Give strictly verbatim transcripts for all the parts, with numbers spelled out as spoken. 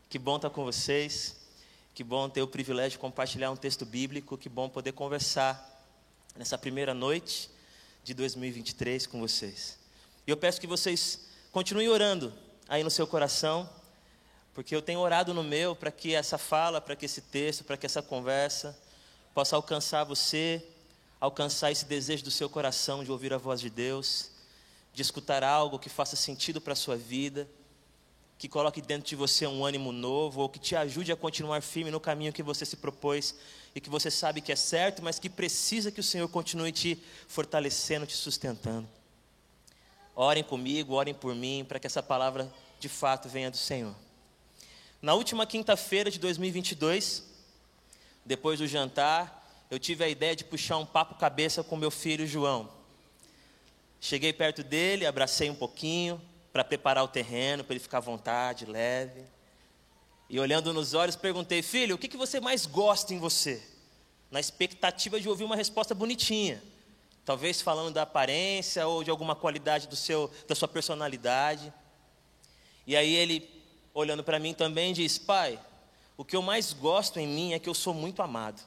Que bom estar com vocês, que bom ter o privilégio de compartilhar um texto bíblico, que bom poder conversar nessa primeira noite de dois mil e vinte e três com vocês. E eu peço que vocês continuem orando aí no seu coração, porque eu tenho orado no meu para que essa fala, para que esse texto, para que essa conversa possa alcançar você, alcançar esse desejo do seu coração de ouvir a voz de Deus, de escutar algo que faça sentido para a sua vida, que coloque dentro de você um ânimo novo, ou que te ajude a continuar firme no caminho que você se propôs e que você sabe que é certo, mas que precisa que o Senhor continue te fortalecendo, te sustentando. Orem comigo, orem por mim, para que essa palavra de fato venha do Senhor. Na última quinta-feira de dois mil e vinte e dois, depois do jantar, eu tive a ideia de puxar um papo cabeça com meu filho João. Cheguei perto dele, abracei um pouquinho, para preparar o terreno, para ele ficar à vontade, leve. E olhando nos olhos, perguntei: filho, o que, que você mais gosta em você? Na expectativa de ouvir uma resposta bonitinha. Talvez falando da aparência ou de alguma qualidade do seu, da sua personalidade. E aí ele, olhando para mim também, diz: pai, o que eu mais gosto em mim é que eu sou muito amado.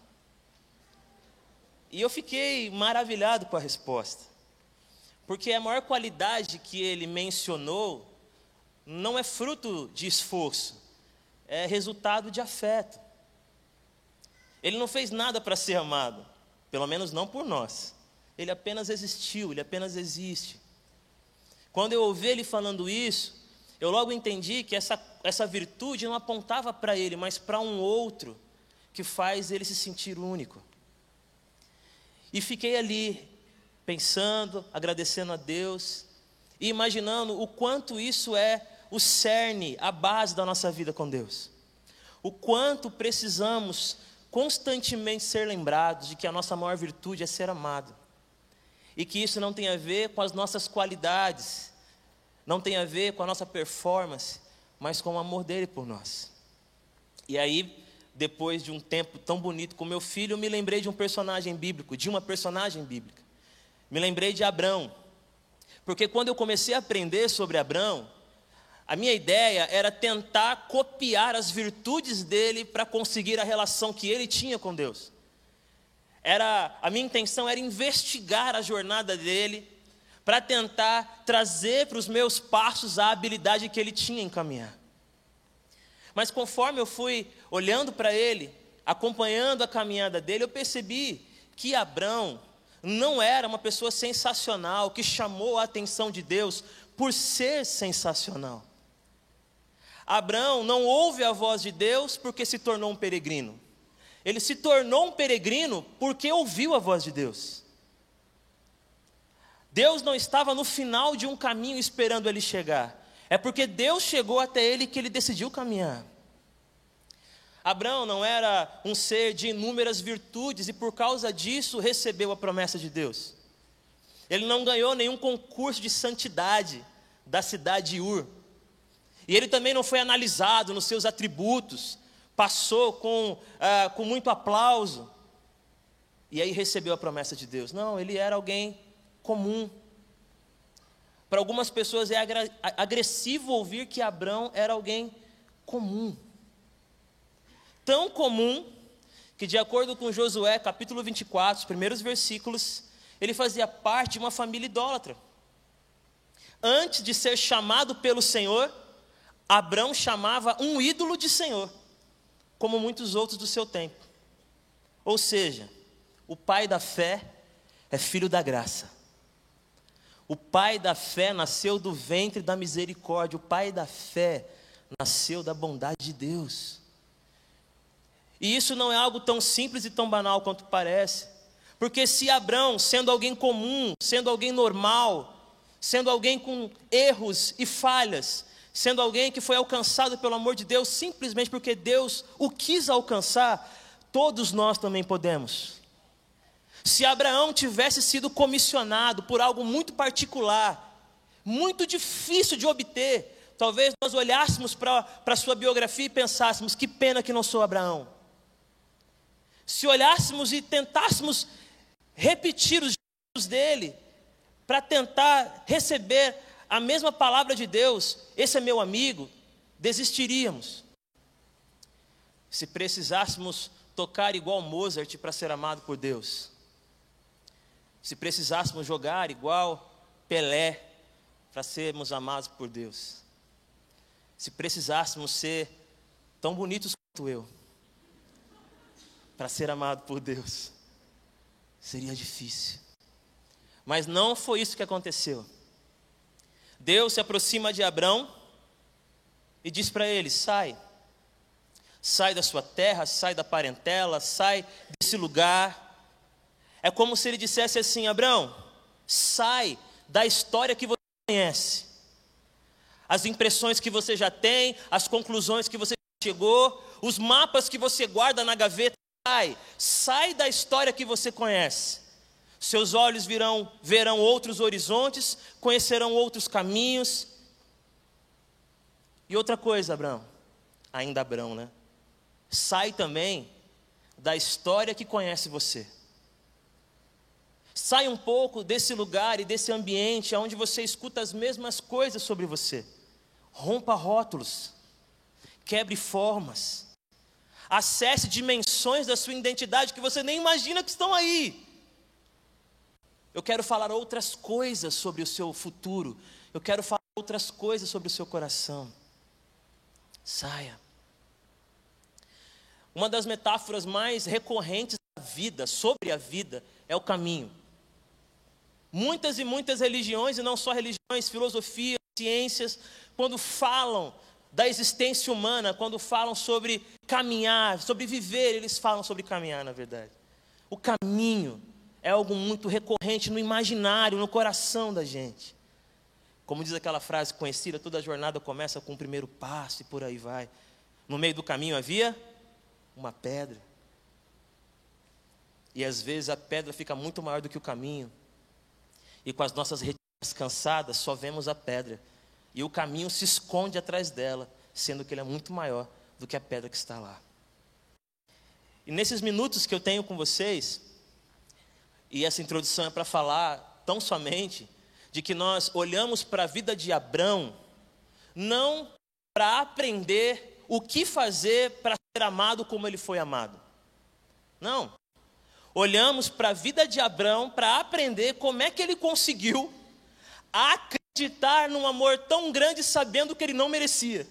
E eu fiquei maravilhado com a resposta. Porque a maior qualidade que ele mencionou não é fruto de esforço, é resultado de afeto. Ele não fez nada para ser amado, pelo menos não por nós. Ele apenas existiu, ele apenas existe. Quando eu ouvi ele falando isso, eu logo entendi que essa, essa virtude não apontava para ele, mas para um outro, que faz ele se sentir único. E fiquei ali, pensando, agradecendo a Deus e imaginando o quanto isso é o cerne, a base da nossa vida com Deus. O quanto precisamos constantemente ser lembrados de que a nossa maior virtude é ser amado. E que isso não tem a ver com as nossas qualidades, não tem a ver com a nossa performance, mas com o amor dele por nós. E aí, depois de um tempo tão bonito com meu filho, eu me lembrei de um personagem bíblico, de uma personagem bíblica. Me lembrei de Abrão, porque quando eu comecei a aprender sobre Abrão, a minha ideia era tentar copiar as virtudes dele para conseguir a relação que ele tinha com Deus. Era, a minha intenção era investigar a jornada dele, para tentar trazer para os meus passos a habilidade que ele tinha em caminhar. Mas conforme eu fui olhando para ele, acompanhando a caminhada dele, eu percebi que Abrão não era uma pessoa sensacional, que chamou a atenção de Deus por ser sensacional. Abrão não ouve a voz de Deus porque se tornou um peregrino. Ele se tornou um peregrino porque ouviu a voz de Deus. Deus não estava no final de um caminho esperando ele chegar. É porque Deus chegou até ele que ele decidiu caminhar. Abrão não era um ser de inúmeras virtudes e por causa disso recebeu a promessa de Deus. Ele não ganhou nenhum concurso de santidade da cidade de Ur. E ele também não foi analisado nos seus atributos, passou com, ah, com muito aplauso e aí recebeu a promessa de Deus. Não, ele era alguém comum. Para algumas pessoas é agressivo ouvir que Abrão era alguém comum. Tão comum que, de acordo com Josué, capítulo vinte e quatro, os primeiros versículos, ele fazia parte de uma família idólatra. Antes de ser chamado pelo Senhor, Abrão chamava um ídolo de Senhor, como muitos outros do seu tempo. Ou seja, o pai da fé é filho da graça. O pai da fé nasceu do ventre da misericórdia. O pai da fé nasceu da bondade de Deus. E isso não é algo tão simples e tão banal quanto parece. Porque se Abrão, sendo alguém comum, sendo alguém normal, sendo alguém com erros e falhas, sendo alguém que foi alcançado pelo amor de Deus, simplesmente porque Deus o quis alcançar, todos nós também podemos. Se Abraão tivesse sido comissionado por algo muito particular, muito difícil de obter, talvez nós olhássemos para a sua biografia e pensássemos: que pena que não sou Abraão. Se olhássemos e tentássemos repetir os gestos dele, para tentar receber a mesma palavra de Deus, esse é meu amigo, desistiríamos. se precisássemos tocar igual Mozart para ser amado por Deus, se precisássemos jogar igual Pelé para sermos amados por Deus, se precisássemos ser tão bonitos quanto eu para ser amado por Deus, seria difícil. Mas não foi isso que aconteceu. Deus se aproxima de Abrão e diz para ele: sai, sai da sua terra, sai da parentela, sai desse lugar. É como se ele dissesse assim: Abrão, sai da história que você conhece, as impressões que você já tem, as conclusões que você chegou, os mapas que você guarda na gaveta. Sai, sai da história que você conhece. Seus olhos virão, verão outros horizontes, conhecerão outros caminhos. E outra coisa, Abrão, ainda Abrão, né? Sai também da história que conhece você. Sai um pouco desse lugar e desse ambiente onde você escuta as mesmas coisas sobre você. Rompa rótulos, quebre formas, acesse dimensões da sua identidade que você nem imagina que estão aí. Eu quero falar outras coisas sobre o seu futuro. Eu quero falar outras coisas sobre o seu coração. Saia. Uma das metáforas mais recorrentes da vida, sobre a vida, é o caminho. Muitas e muitas religiões, e não só religiões, filosofias, ciências, quando falam da existência humana, quando falam sobre caminhar, sobre viver, eles falam sobre caminhar, na verdade. O caminho é algo muito recorrente no imaginário, no coração da gente. Como diz aquela frase conhecida, toda jornada começa com o primeiro passo e por aí vai. No meio do caminho havia uma pedra. E às vezes a pedra fica muito maior do que o caminho. E com as nossas retinas cansadas, só vemos a pedra. E o caminho se esconde atrás dela, sendo que ele é muito maior do que a pedra que está lá. E nesses minutos que eu tenho com vocês, e essa introdução é para falar tão somente de que nós olhamos para a vida de Abrão, não para aprender o que fazer para ser amado como ele foi amado. Não. Olhamos para a vida de Abrão para aprender como é que ele conseguiu acreditar num amor tão grande sabendo que ele não merecia.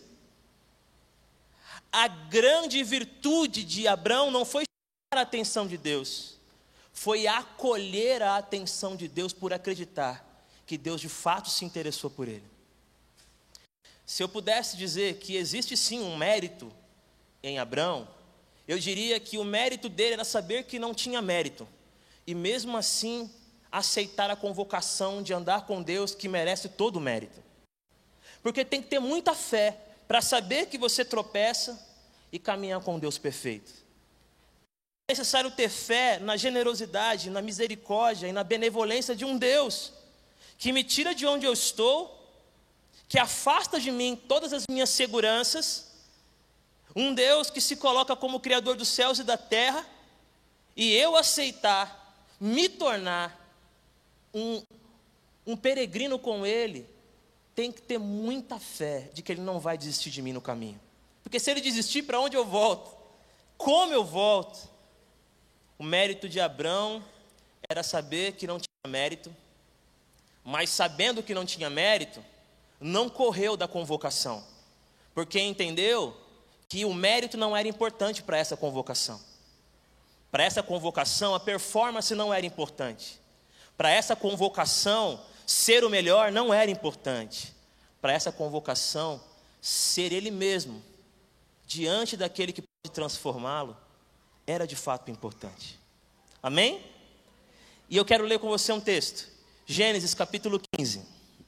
A grande virtude de Abrão não foi chamar a atenção de Deus, foi acolher a atenção de Deus por acreditar que Deus de fato se interessou por ele. Se eu pudesse dizer que existe sim um mérito em Abrão, eu diria que o mérito dele era saber que não tinha mérito, e mesmo assim aceitar a convocação de andar com Deus, que merece todo o mérito. Porque tem que ter muita fé para saber que você tropeça e caminhar com Deus perfeito. É necessário ter fé na generosidade, na misericórdia e na benevolência de um Deus que me tira de onde eu estou, que afasta de mim todas as minhas seguranças, um Deus que se coloca como Criador dos céus e da terra, e eu aceitar, me tornar um, um peregrino com Ele, tem que ter muita fé de que Ele não vai desistir de mim no caminho. Porque se Ele desistir, para onde eu volto? Como eu volto? O mérito de Abrão era saber que não tinha mérito, mas sabendo que não tinha mérito, não correu da convocação, porque entendeu que o mérito não era importante para essa convocação. Para essa convocação, a performance não era importante. Para essa convocação, ser o melhor não era importante. Para essa convocação, ser ele mesmo, diante daquele que pode transformá-lo, era de fato importante. Amém? E eu quero ler com você um texto. Gênesis capítulo quinze.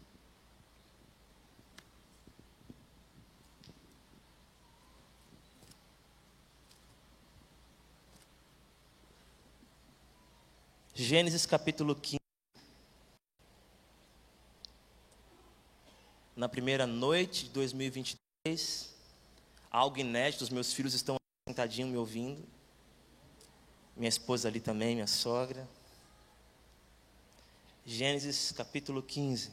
Gênesis capítulo quinze. Na primeira noite de dois mil e vinte e três, algo inédito, os meus filhos estão sentadinhos me ouvindo. Minha esposa ali também, minha sogra. Gênesis capítulo quinze.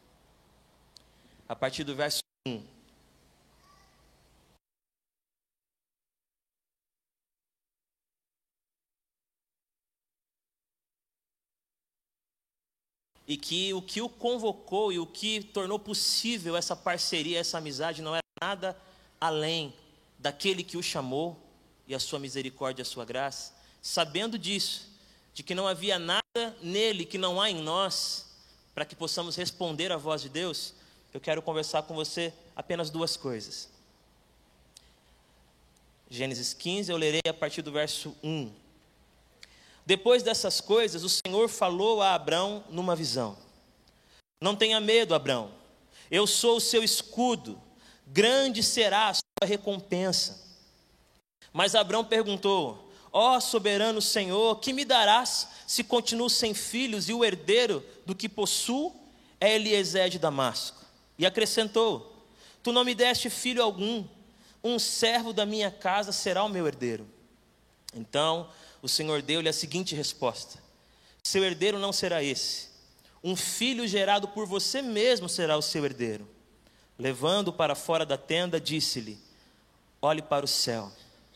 A partir do verso um. e que o que o convocou e o que tornou possível essa parceria, essa amizade, não era nada além daquele que o chamou e a sua misericórdia e a sua graça. Sabendo disso, de que não havia nada nele que não há em nós, para que possamos responder à voz de Deus, eu quero conversar com você apenas duas coisas. Gênesis quinze, eu lerei a partir do verso um. Depois dessas coisas, o Senhor falou a Abrão numa visão: não tenha medo, Abrão, eu sou o seu escudo, grande será a sua recompensa. Mas Abrão perguntou: ó soberano Senhor, que me darás se continuo sem filhos e o herdeiro do que possuo é Eliezer de Damasco? E acrescentou: tu não me deste filho algum, um servo da minha casa será o meu herdeiro. Então o Senhor deu-lhe a seguinte resposta: seu herdeiro não será esse, um filho gerado por você mesmo será o seu herdeiro. Levando-o para fora da tenda, disse-lhe: olhe para o céu,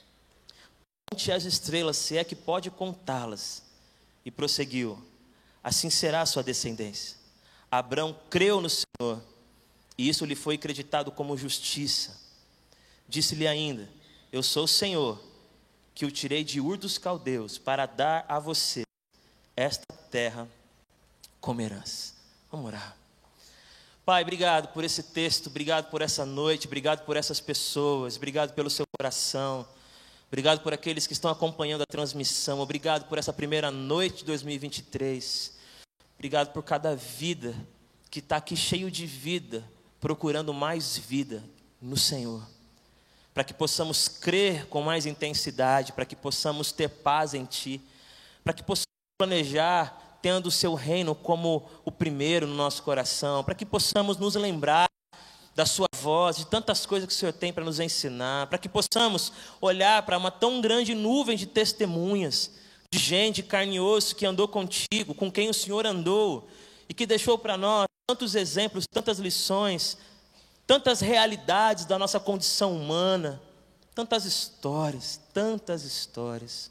conte as estrelas, se é que pode contá-las. E prosseguiu: assim será a sua descendência. Abrão creu no Senhor, e isso lhe foi acreditado como justiça. Disse-lhe ainda: eu sou o Senhor, que o tirei de Ur dos Caldeus, para dar a você esta terra como herança. Vamos orar. Pai, obrigado por esse texto, obrigado por essa noite, obrigado por essas pessoas, obrigado pelo seu coração, obrigado por aqueles que estão acompanhando a transmissão, obrigado por essa primeira noite de dois mil e vinte e três, obrigado por cada vida que está aqui cheio de vida, procurando mais vida no Senhor, para que possamos crer com mais intensidade, para que possamos ter paz em Ti, para que possamos planejar tendo o Seu reino como o primeiro no nosso coração, para que possamos nos lembrar da Sua voz, de tantas coisas que o Senhor tem para nos ensinar, para que possamos olhar para uma tão grande nuvem de testemunhas, de gente, de carne e osso que andou contigo, com quem o Senhor andou, e que deixou para nós tantos exemplos, tantas lições, tantas realidades da nossa condição humana, tantas histórias, tantas histórias.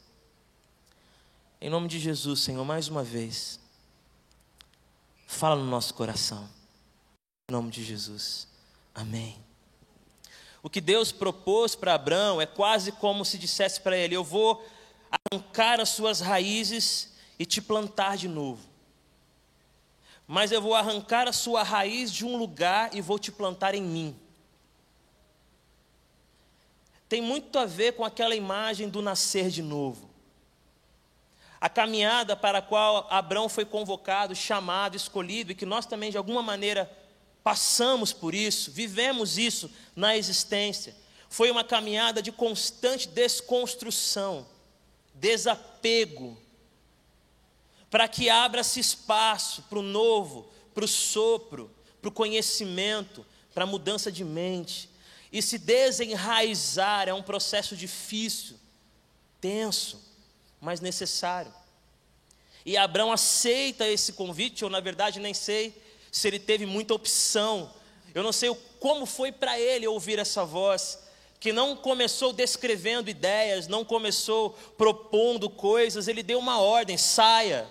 Em nome de Jesus, Senhor, mais uma vez, fala no nosso coração, em nome de Jesus, amém. O que Deus propôs para Abrão é quase como se dissesse para ele: eu vou arrancar as suas raízes e te plantar de novo, mas eu vou arrancar a sua raiz de um lugar e vou te plantar em mim. Tem muito a ver com aquela imagem do nascer de novo. A caminhada para a qual Abrão foi convocado, chamado, escolhido, e que nós também de alguma maneira passamos por isso, vivemos isso na existência, foi uma caminhada de constante desconstrução, desapego, para que abra-se espaço para o novo, para o sopro, para o conhecimento, para a mudança de mente. E se desenraizar é um processo difícil, tenso, mas necessário. E Abrão aceita esse convite, ou na verdade nem sei se ele teve muita opção. Eu não sei como foi para ele ouvir essa voz, que não começou descrevendo ideias, não começou propondo coisas, ele deu uma ordem: saia.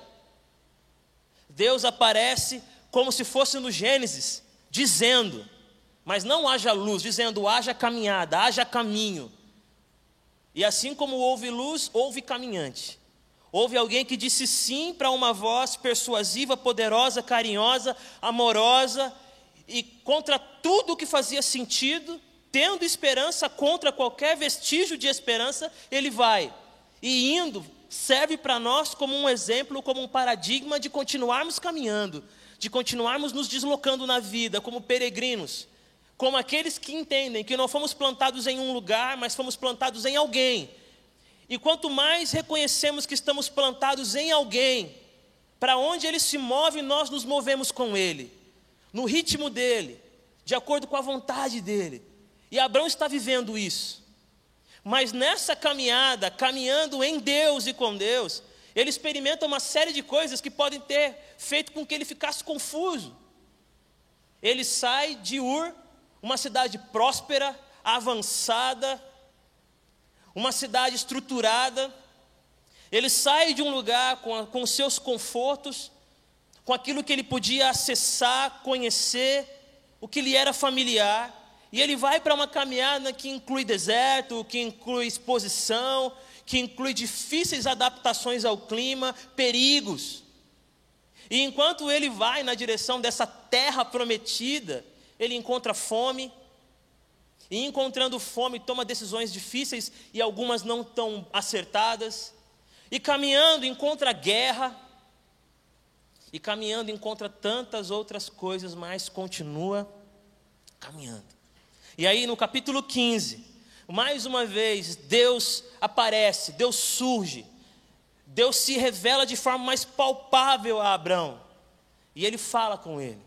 Deus aparece como se fosse no Gênesis, dizendo, mas não haja luz, dizendo haja caminhada, haja caminho. E assim como houve luz, houve caminhante. Houve alguém que disse sim para uma voz persuasiva, poderosa, carinhosa, amorosa, e contra tudo que fazia sentido, tendo esperança contra qualquer vestígio de esperança, ele vai. E indo, serve para nós como um exemplo, como um paradigma de continuarmos caminhando, de continuarmos nos deslocando na vida como peregrinos, como aqueles que entendem que não fomos plantados em um lugar, mas fomos plantados em alguém. E quanto mais reconhecemos que estamos plantados em alguém, para onde ele se move, nós nos movemos com ele, no ritmo dele, de acordo com a vontade dele. E Abrão está vivendo isso. Mas nessa caminhada, caminhando em Deus e com Deus, ele experimenta uma série de coisas que podem ter feito com que ele ficasse confuso. Ele sai de Ur, uma cidade próspera, avançada, uma cidade estruturada. Ele sai de um lugar com, com os seus confortos, com aquilo que ele podia acessar, conhecer, o que lhe era familiar. E ele vai para uma caminhada que inclui deserto, que inclui exposição, que inclui difíceis adaptações ao clima, perigos. E enquanto ele vai na direção dessa terra prometida, ele encontra fome. E encontrando fome, toma decisões difíceis e algumas não tão acertadas. E caminhando, encontra guerra. E caminhando, encontra tantas outras coisas, mas continua caminhando. E aí no capítulo quinze, mais uma vez, Deus aparece, Deus surge. Deus se revela de forma mais palpável a Abrão. E ele fala com ele.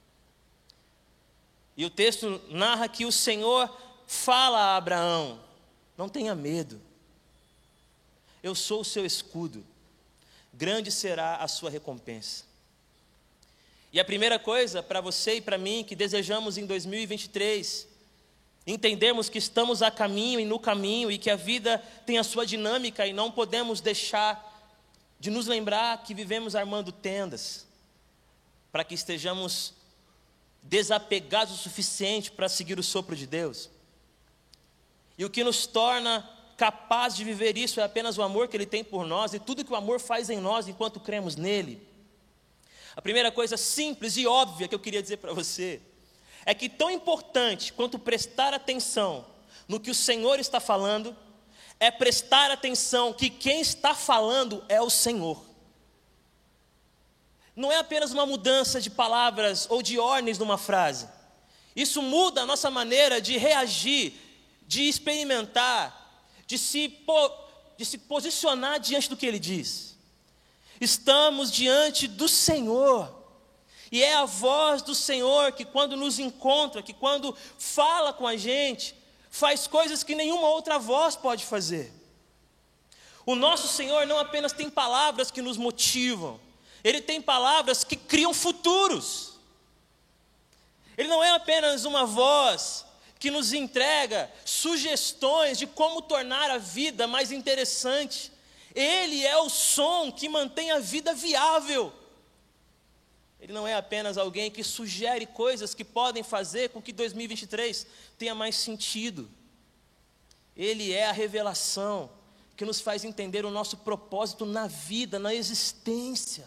E o texto narra que o Senhor fala a Abraão: não tenha medo. Eu sou o seu escudo. Grande será a sua recompensa. E a primeira coisa para você e para mim que desejamos em dois mil e vinte e três, entendermos que estamos a caminho e no caminho e que a vida tem a sua dinâmica e não podemos deixar de nos lembrar que vivemos armando tendas, para que estejamos desapegados o suficiente para seguir o sopro de Deus. E o que nos torna capazes de viver isso é apenas o amor que Ele tem por nós e tudo que o amor faz em nós enquanto cremos nele. A primeira coisa simples e óbvia que eu queria dizer para você é que tão importante quanto prestar atenção no que o Senhor está falando, é prestar atenção que quem está falando é o Senhor. Não é apenas uma mudança de palavras ou de ordens numa frase. Isso muda a nossa maneira de reagir, de experimentar, de se, po- de se posicionar diante do que Ele diz. Estamos diante do Senhor. E é a voz do Senhor que quando nos encontra, que quando fala com a gente, faz coisas que nenhuma outra voz pode fazer. O nosso Senhor não apenas tem palavras que nos motivam, Ele tem palavras que criam futuros. Ele não é apenas uma voz que nos entrega sugestões de como tornar a vida mais interessante. Ele é o som que mantém a vida viável. Ele não é apenas alguém que sugere coisas que podem fazer com que dois mil e vinte e três tenha mais sentido. Ele é a revelação que nos faz entender o nosso propósito na vida, na existência.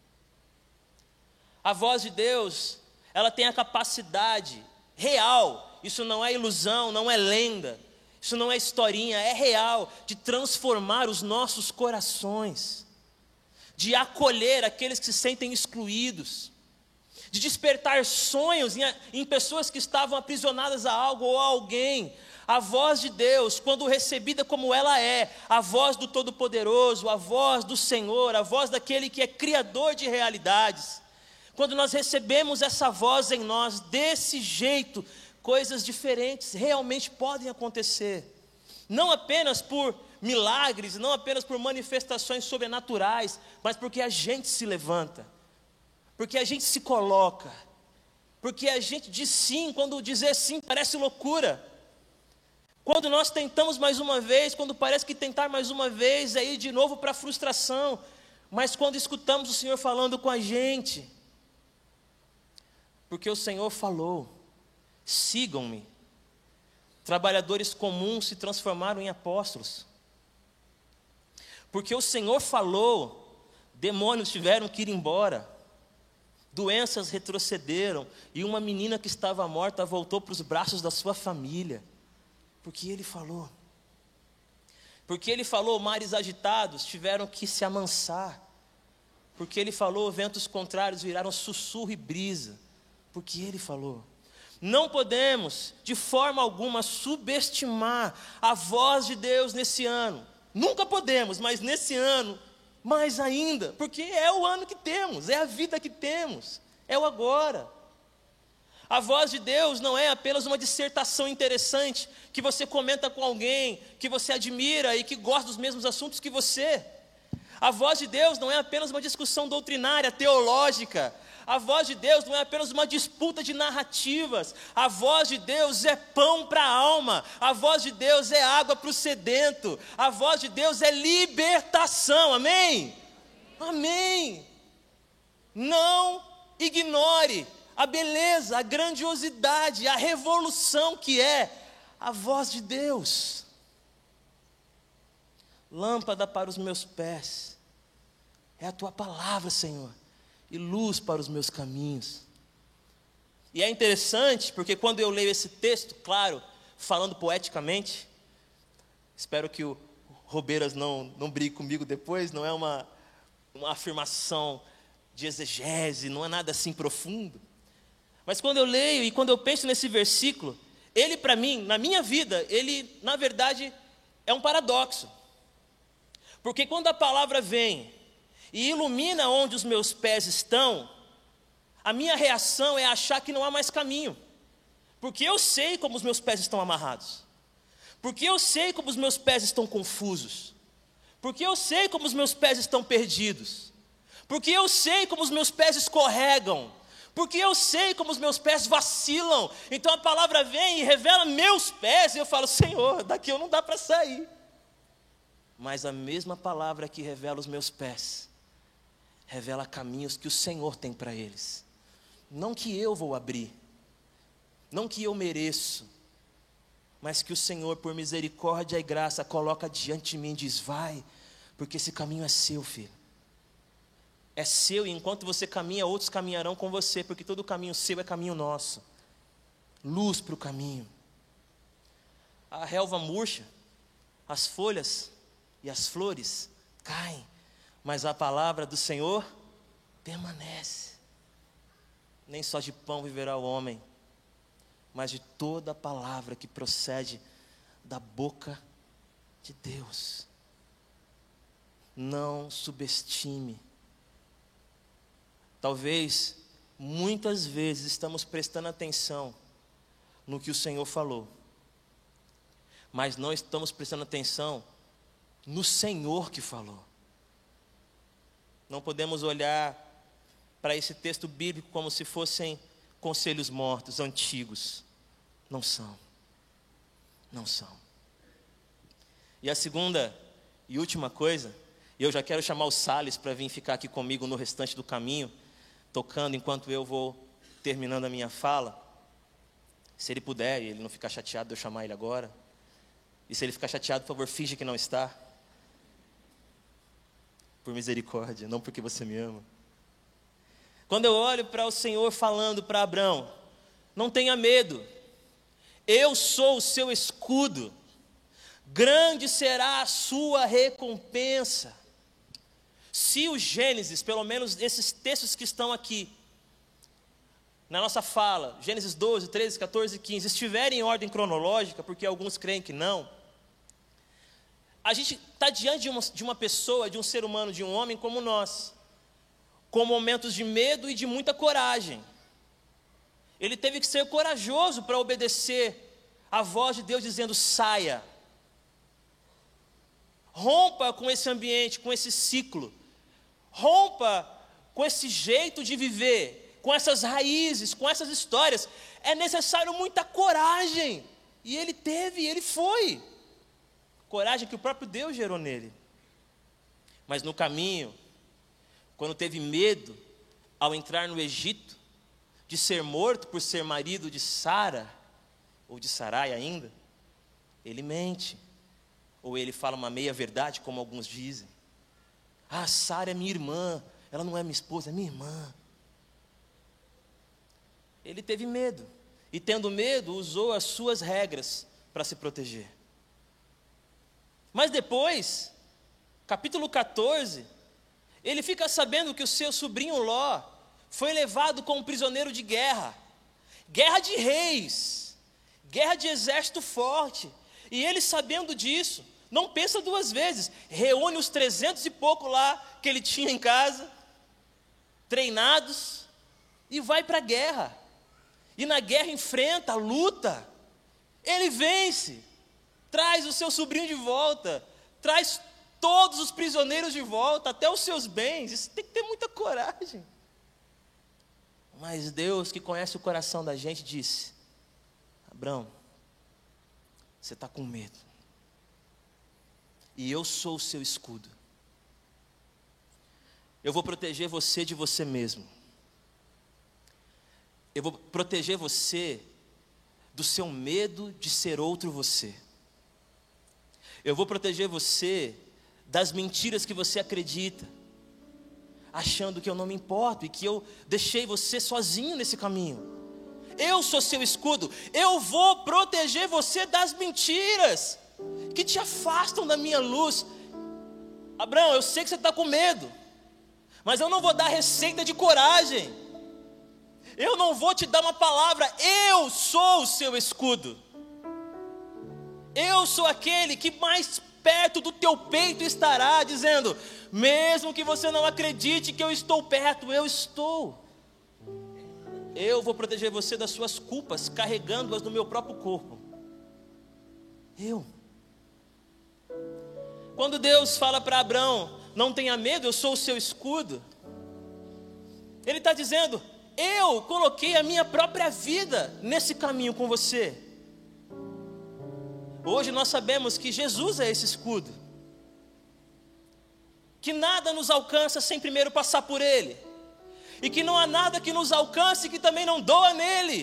A voz de Deus, ela tem a capacidade real, isso não é ilusão, não é lenda, isso não é historinha, é real, de transformar os nossos corações, de acolher aqueles que se sentem excluídos, de despertar sonhos em, em pessoas que estavam aprisionadas a algo ou a alguém. A voz de Deus, quando recebida como ela é, a voz do Todo-Poderoso, a voz do Senhor, a voz daquele que é criador de realidades. Quando nós recebemos essa voz em nós, desse jeito, coisas diferentes realmente podem acontecer. Não apenas por milagres, não apenas por manifestações sobrenaturais, mas porque a gente se levanta, porque a gente se coloca, porque a gente diz sim, quando dizer sim parece loucura. Quando nós tentamos mais uma vez, quando parece que tentar mais uma vez é ir de novo para a frustração, mas quando escutamos o Senhor falando com a gente, porque o Senhor falou: sigam-me. Trabalhadores comuns se transformaram em apóstolos. Porque o Senhor falou, demônios tiveram que ir embora, doenças retrocederam, e uma menina que estava morta voltou para os braços da sua família. Porque Ele falou. Porque Ele falou, mares agitados tiveram que se amansar. Porque Ele falou, ventos contrários viraram sussurro e brisa. Porque Ele falou. Não podemos, de forma alguma, subestimar a voz de Deus nesse ano. Nunca podemos, mas nesse ano, mais ainda. Porque é o ano que temos, é a vida que temos, é o agora. A voz de Deus não é apenas uma dissertação interessante, que você comenta com alguém, que você admira e que gosta dos mesmos assuntos que você. A voz de Deus não é apenas uma discussão doutrinária, teológica. A voz de Deus não é apenas uma disputa de narrativas. A voz de Deus é pão para a alma. A voz de Deus é água para o sedento. A voz de Deus é libertação, amém? Amém. Não ignore a beleza, a grandiosidade, a revolução que é a voz de Deus. Lâmpada para os meus pés é a tua palavra, Senhor, e luz para os meus caminhos. E é interessante, porque quando eu leio esse texto, claro, falando poeticamente, espero que o Robeiras não, não brigue comigo depois, não é uma, uma afirmação de exegese, não é nada assim profundo. Mas quando eu leio e quando eu penso nesse versículo, ele para mim, na minha vida, ele na verdade é um paradoxo. Porque quando a palavra vem e ilumina onde os meus pés estão, a minha reação é achar que não há mais caminho. Porque eu sei como os meus pés estão amarrados. Porque eu sei como os meus pés estão confusos. Porque eu sei como os meus pés estão perdidos. Porque eu sei como os meus pés escorregam. Porque eu sei como os meus pés vacilam. Então a palavra vem e revela meus pés. E eu falo, Senhor, daqui eu não dá para sair. Mas a mesma palavra que revela os meus pés, revela caminhos que o Senhor tem para eles. Não que eu vou abrir. Não que eu mereço. Mas que o Senhor, por misericórdia e graça, coloca diante de mim e diz, vai, porque esse caminho é seu, filho. É seu, e enquanto você caminha, outros caminharão com você, porque todo caminho seu é caminho nosso. Luz para o caminho. A relva murcha, as folhas e as flores caem, mas a palavra do Senhor permanece. Nem só de pão viverá o homem, mas de toda a palavra que procede da boca de Deus. Não subestime. Talvez, muitas vezes, estamos prestando atenção no que o Senhor falou, mas não estamos prestando atenção no Senhor que falou. Não podemos olhar para esse texto bíblico como se fossem conselhos mortos, antigos. Não são. Não são. E a segunda e última coisa, e eu já quero chamar o Salles para vir ficar aqui comigo no restante do caminho, tocando enquanto eu vou terminando a minha fala. Se ele puder, e ele não ficar chateado de eu chamar ele agora. E se ele ficar chateado, por favor, finge que não está. Por misericórdia, não porque você me ama. Quando eu olho para o Senhor falando para Abrão, não tenha medo, eu sou o seu escudo, grande será a sua recompensa. Se o Gênesis, pelo menos esses textos que estão aqui, na nossa fala, Gênesis doze, treze, catorze e quinze, estiverem em ordem cronológica, porque alguns creem que não, a gente está diante de uma, de uma pessoa, de um ser humano, de um homem como nós, com momentos de medo e de muita coragem. Ele teve que ser corajoso para obedecer a voz de Deus dizendo, saia. Rompa com esse ambiente, com esse ciclo. Rompa com esse jeito de viver, com essas raízes, com essas histórias. É necessário muita coragem. E ele teve, ele foi. Coragem que o próprio Deus gerou nele. Mas no caminho, quando teve medo, ao entrar no Egito, de ser morto por ser marido de Sara, ou de Sarai ainda, ele mente. Ou ele fala uma meia-verdade, como alguns dizem. Ah, Sara é minha irmã, ela não é minha esposa, é minha irmã. Ele teve medo, e tendo medo, usou as suas regras para se proteger. Mas depois, capítulo catorze, ele fica sabendo que o seu sobrinho Ló foi levado como prisioneiro de guerra. Guerra de reis, guerra de exército forte. E ele, sabendo disso, não pensa duas vezes, reúne os trezentos e pouco lá que ele tinha em casa, treinados, e vai para a guerra. E na guerra enfrenta, luta, ele vence, traz o seu sobrinho de volta, traz todos os prisioneiros de volta, até os seus bens. Isso tem que ter muita coragem. Mas Deus, que conhece o coração da gente, disse, Abrão, você está com medo. E eu sou o seu escudo. Eu vou proteger você de você mesmo. Eu vou proteger você do seu medo de ser outro você. Eu vou proteger você das mentiras que você acredita, achando que eu não me importo e que eu deixei você sozinho nesse caminho. Eu sou seu escudo. Eu vou proteger você das mentiras que te afastam da minha luz. Abraão, eu sei que você está com medo, mas eu não vou dar receita de coragem. Eu não vou te dar uma palavra. Eu sou o seu escudo. Eu sou aquele que mais perto do teu peito estará, dizendo: mesmo que você não acredite que eu estou perto, eu estou. Eu vou proteger você das suas culpas, carregando-as no meu próprio corpo. Eu. Quando Deus fala para Abraão: não tenha medo, eu sou o seu escudo, Ele está dizendo: eu coloquei a minha própria vida nesse caminho com você. Hoje nós sabemos que Jesus é esse escudo, que nada nos alcança sem primeiro passar por Ele, e que não há nada que nos alcance que também não doa nele.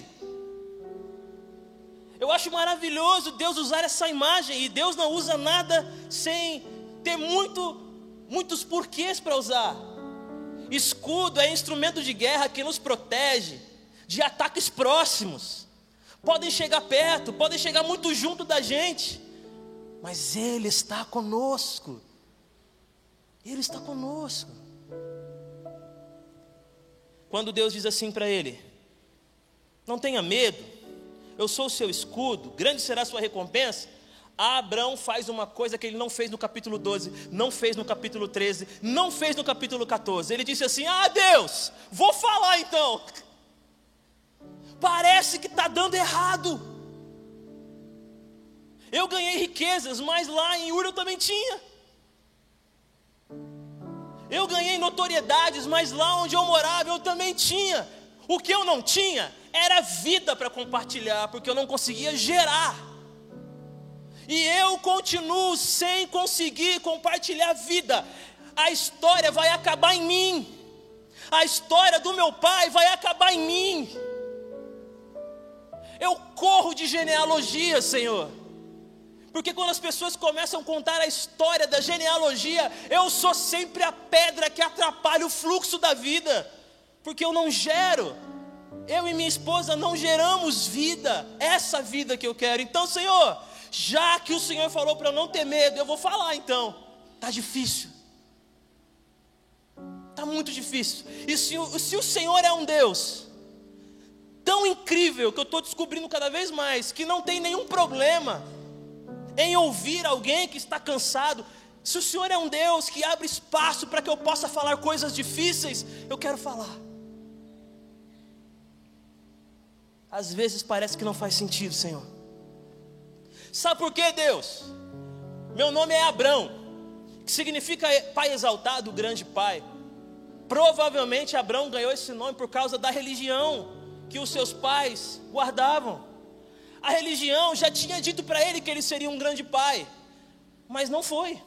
Eu acho maravilhoso Deus usar essa imagem, e Deus não usa nada sem ter muito, muitos porquês para usar. Escudo é instrumento de guerra que nos protege de ataques próximos. Podem chegar perto, podem chegar muito junto da gente, mas Ele está conosco. Ele está conosco. Quando Deus diz assim para ele: não tenha medo, eu sou o seu escudo, grande será a sua recompensa. Abraão faz uma coisa que ele não fez no capítulo doze, não fez no capítulo treze, não fez no capítulo catorze. Ele disse assim: ah, Deus, vou falar então. Parece que está dando errado. Eu ganhei riquezas, mas lá em Ur eu também tinha. Eu ganhei notoriedades, mas lá onde eu morava eu também tinha. O que eu não tinha era vida para compartilhar, porque eu não conseguia gerar. E eu continuo sem conseguir compartilhar vida. A história vai acabar em mim. A história do meu pai vai acabar em mim. Eu corro de genealogia, Senhor, porque quando as pessoas começam a contar a história da genealogia, eu sou sempre a pedra que atrapalha o fluxo da vida, porque eu não gero. Eu e minha esposa não geramos vida, essa vida que eu quero. Então, Senhor, já que o Senhor falou para eu não ter medo, eu vou falar então. Está difícil, está muito difícil. E se, se o Senhor é um Deus tão incrível, que eu estou descobrindo cada vez mais, que não tem nenhum problema em ouvir alguém que está cansado, se o Senhor é um Deus que abre espaço para que eu possa falar coisas difíceis, eu quero falar. Às vezes parece que não faz sentido, Senhor. Sabe por quê, Deus? Meu nome é Abrão, que significa pai exaltado, grande pai. Provavelmente Abrão ganhou esse nome por causa da religião que os seus pais guardavam. A religião já tinha dito para ele que ele seria um grande pai, mas não foi.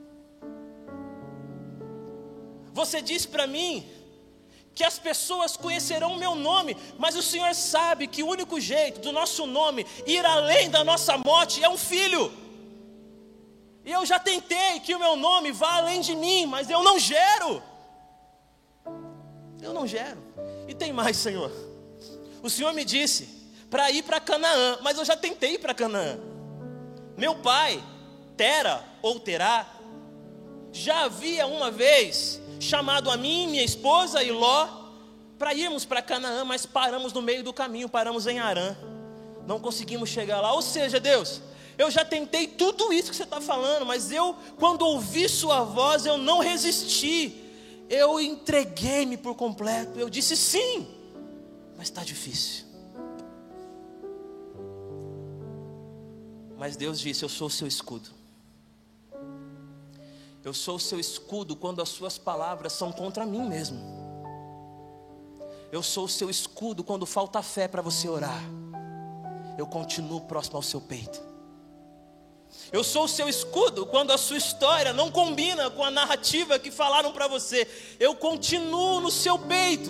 Você disse para mim que as pessoas conhecerão o meu nome, mas o Senhor sabe que o único jeito do nosso nome ir além da nossa morte é um filho. E eu já tentei que o meu nome vá além de mim, mas eu não gero. Eu não gero. E tem mais, Senhor. O Senhor me disse para ir para Canaã, mas eu já tentei ir para Canaã. Meu pai, Tera ou Terá, já havia uma vez chamado a mim, minha esposa e Ló para irmos para Canaã, mas paramos no meio do caminho, paramos em Harã. Não conseguimos chegar lá. Ou seja, Deus, eu já tentei tudo isso que você está falando, mas eu, quando ouvi sua voz, eu não resisti. Eu entreguei-me por completo. Eu disse sim, mas está difícil. Mas Deus disse: eu sou o seu escudo. Eu sou o seu escudo quando as suas palavras são contra mim mesmo. Eu sou o seu escudo quando falta fé para você orar. Eu continuo próximo ao seu peito. Eu sou o seu escudo quando a sua história não combina com a narrativa que falaram para você. Eu continuo no seu peito.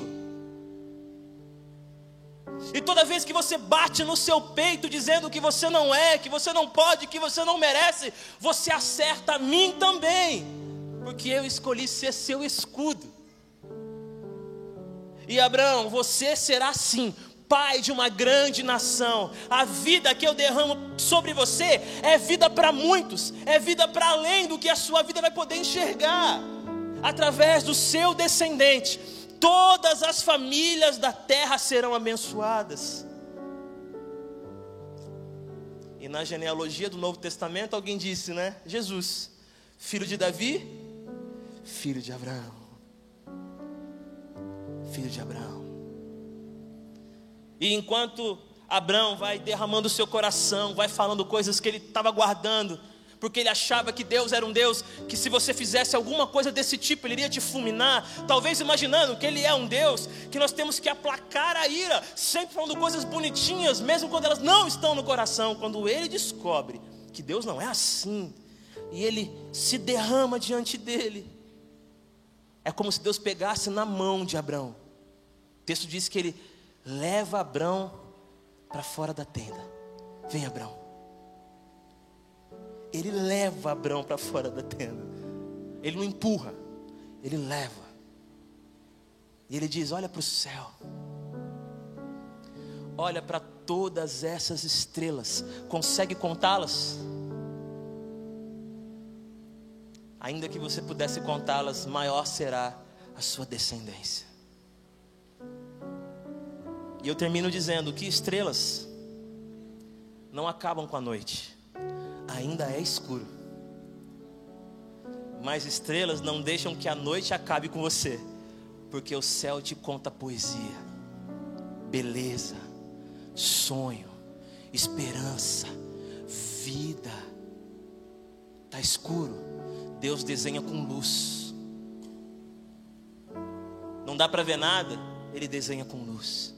E toda vez que você bate no seu peito dizendo que você não é, que você não pode, que você não merece, você acerta a mim também, porque eu escolhi ser seu escudo. E Abraão, você será sim pai de uma grande nação. A vida que eu derramo sobre você é vida para muitos, é vida para além do que a sua vida vai poder enxergar. Através do seu descendente, todas as famílias da terra serão abençoadas. E na genealogia do Novo Testamento alguém disse, né? Jesus, filho de Davi, filho de Abraão. Filho de Abraão. E enquanto Abraão vai derramando o seu coração, vai falando coisas que ele estava guardando, porque ele achava que Deus era um Deus que, se você fizesse alguma coisa desse tipo, ele iria te fulminar, talvez imaginando que ele é um Deus que nós temos que aplacar a ira, sempre falando coisas bonitinhas, mesmo quando elas não estão no coração. Quando ele descobre que Deus não é assim, e ele se derrama diante dele, é como se Deus pegasse na mão de Abraão. O texto diz que ele leva Abraão para fora da tenda. Vem, Abraão. Ele leva Abraão para fora da tenda. Ele não empurra, ele leva. E ele diz: olha para o céu, olha para todas essas estrelas. Consegue contá-las? Ainda que você pudesse contá-las, maior será a sua descendência. E eu termino dizendo que estrelas não acabam com a noite. Ainda é escuro. Mas estrelas não deixam que a noite acabe com você, porque o céu te conta poesia, beleza, sonho, esperança, vida. Está escuro, Deus desenha com luz. Não dá para ver nada, Ele desenha com luz.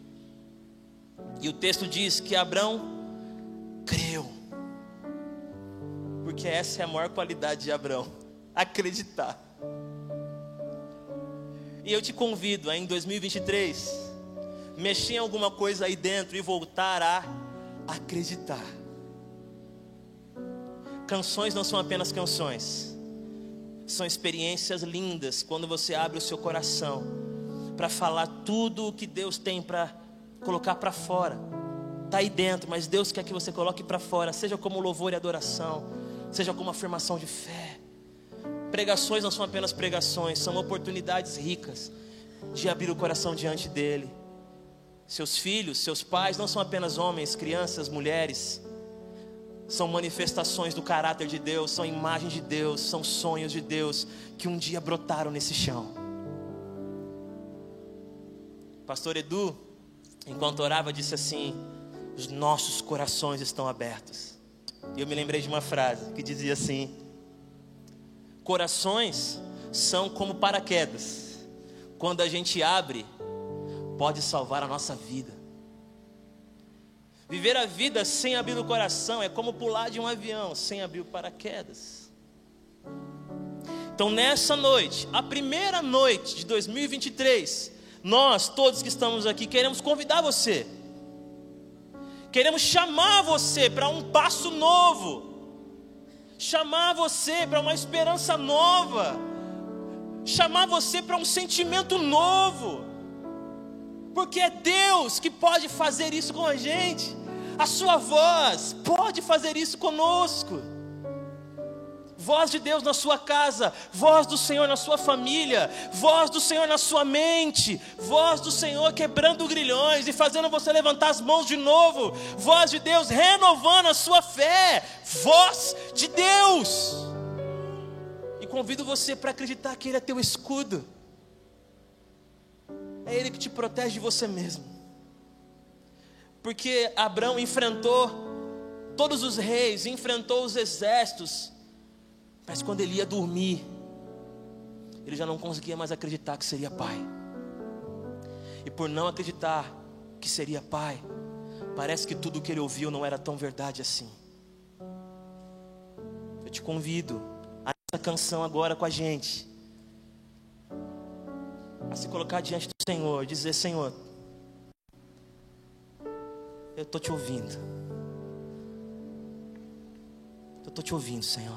E o texto diz que Abraão creu, porque essa é a maior qualidade de Abraão, acreditar. E eu te convido a, em dois mil e vinte e três, mexer em alguma coisa aí dentro e voltar a acreditar. Canções não são apenas canções, são experiências lindas quando você abre o seu coração para falar tudo o que Deus tem para colocar para fora. Está aí dentro, mas Deus quer que você coloque para fora, seja como louvor e adoração, seja como afirmação de fé. Pregações não são apenas pregações, são oportunidades ricas de abrir o coração diante dele. Seus filhos, seus pais não são apenas homens, crianças, mulheres. São manifestações do caráter de Deus, são imagens de Deus, são sonhos de Deus que um dia brotaram nesse chão. Pastor Edu, enquanto orava, disse assim: os nossos corações estão abertos. E eu me lembrei de uma frase que dizia assim: corações são como paraquedas, quando a gente abre, pode salvar a nossa vida. Viver a vida sem abrir o coração é como pular de um avião sem abrir o paraquedas. Então nessa noite, a primeira noite de dois mil e vinte e três, nós todos que estamos aqui queremos convidar você, queremos chamar você para um passo novo, chamar você para uma esperança nova, chamar você para um sentimento novo, porque é Deus que pode fazer isso com a gente. A sua voz pode fazer isso conosco. Voz de Deus na sua casa, voz do Senhor na sua família, voz do Senhor na sua mente, voz do Senhor quebrando grilhões e fazendo você levantar as mãos de novo, voz de Deus renovando a sua fé, voz de Deus. E convido você para acreditar que Ele é teu escudo, é Ele que te protege de você mesmo. Porque Abraão enfrentou todos os reis, enfrentou os exércitos, mas quando ele ia dormir, ele já não conseguia mais acreditar que seria pai. E por não acreditar que seria pai, parece que tudo o que ele ouviu não era tão verdade assim. eu te convido a essa canção agora com a gente, a se colocar diante do Senhor, dizer: Senhor, eu estou te ouvindo, eu estou te ouvindo, Senhor.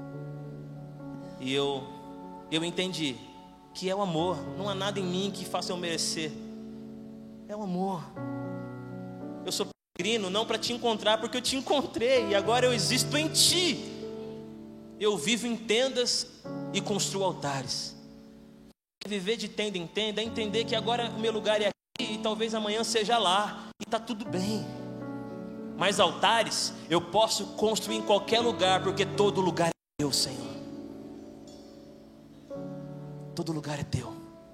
E eu, eu entendi que é o amor, não há nada em mim que faça eu merecer, é o amor. Eu sou peregrino não para te encontrar, porque eu te encontrei e agora eu existo em ti. Eu vivo em tendas e construo altares. Viver de tenda em tenda é entender que agora o meu lugar é aqui e talvez amanhã seja lá, e está tudo bem. Mas altares eu posso construir em qualquer lugar, porque todo lugar é teu, Senhor. Todo lugar é teu.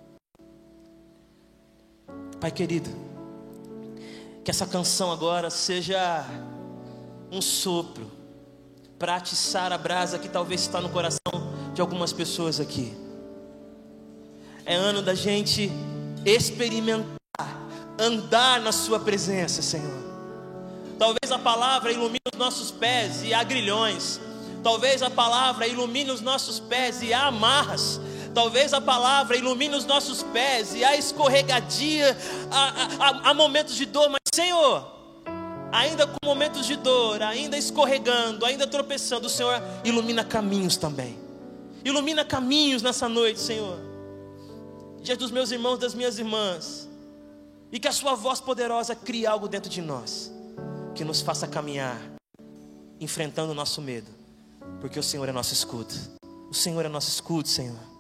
Pai querido, que essa canção agora seja um sopro para atiçar a brasa que talvez está no coração de algumas pessoas aqui. É ano da gente experimentar, andar na sua presença, Senhor. Talvez a palavra ilumine os nossos pés e há grilhões. Talvez a palavra ilumine os nossos pés e há amarras. Talvez a palavra ilumine os nossos pés e há escorregadia, há, há, há momentos de dor. Mas Senhor, ainda com momentos de dor, ainda escorregando, ainda tropeçando, o Senhor ilumina caminhos também. Ilumina caminhos nessa noite, Senhor, diante dos meus irmãos, das minhas irmãs. E que a sua voz poderosa crie algo dentro de nós, que nos faça caminhar, enfrentando o nosso medo, porque o Senhor é nosso escudo. O Senhor é nosso escudo, Senhor.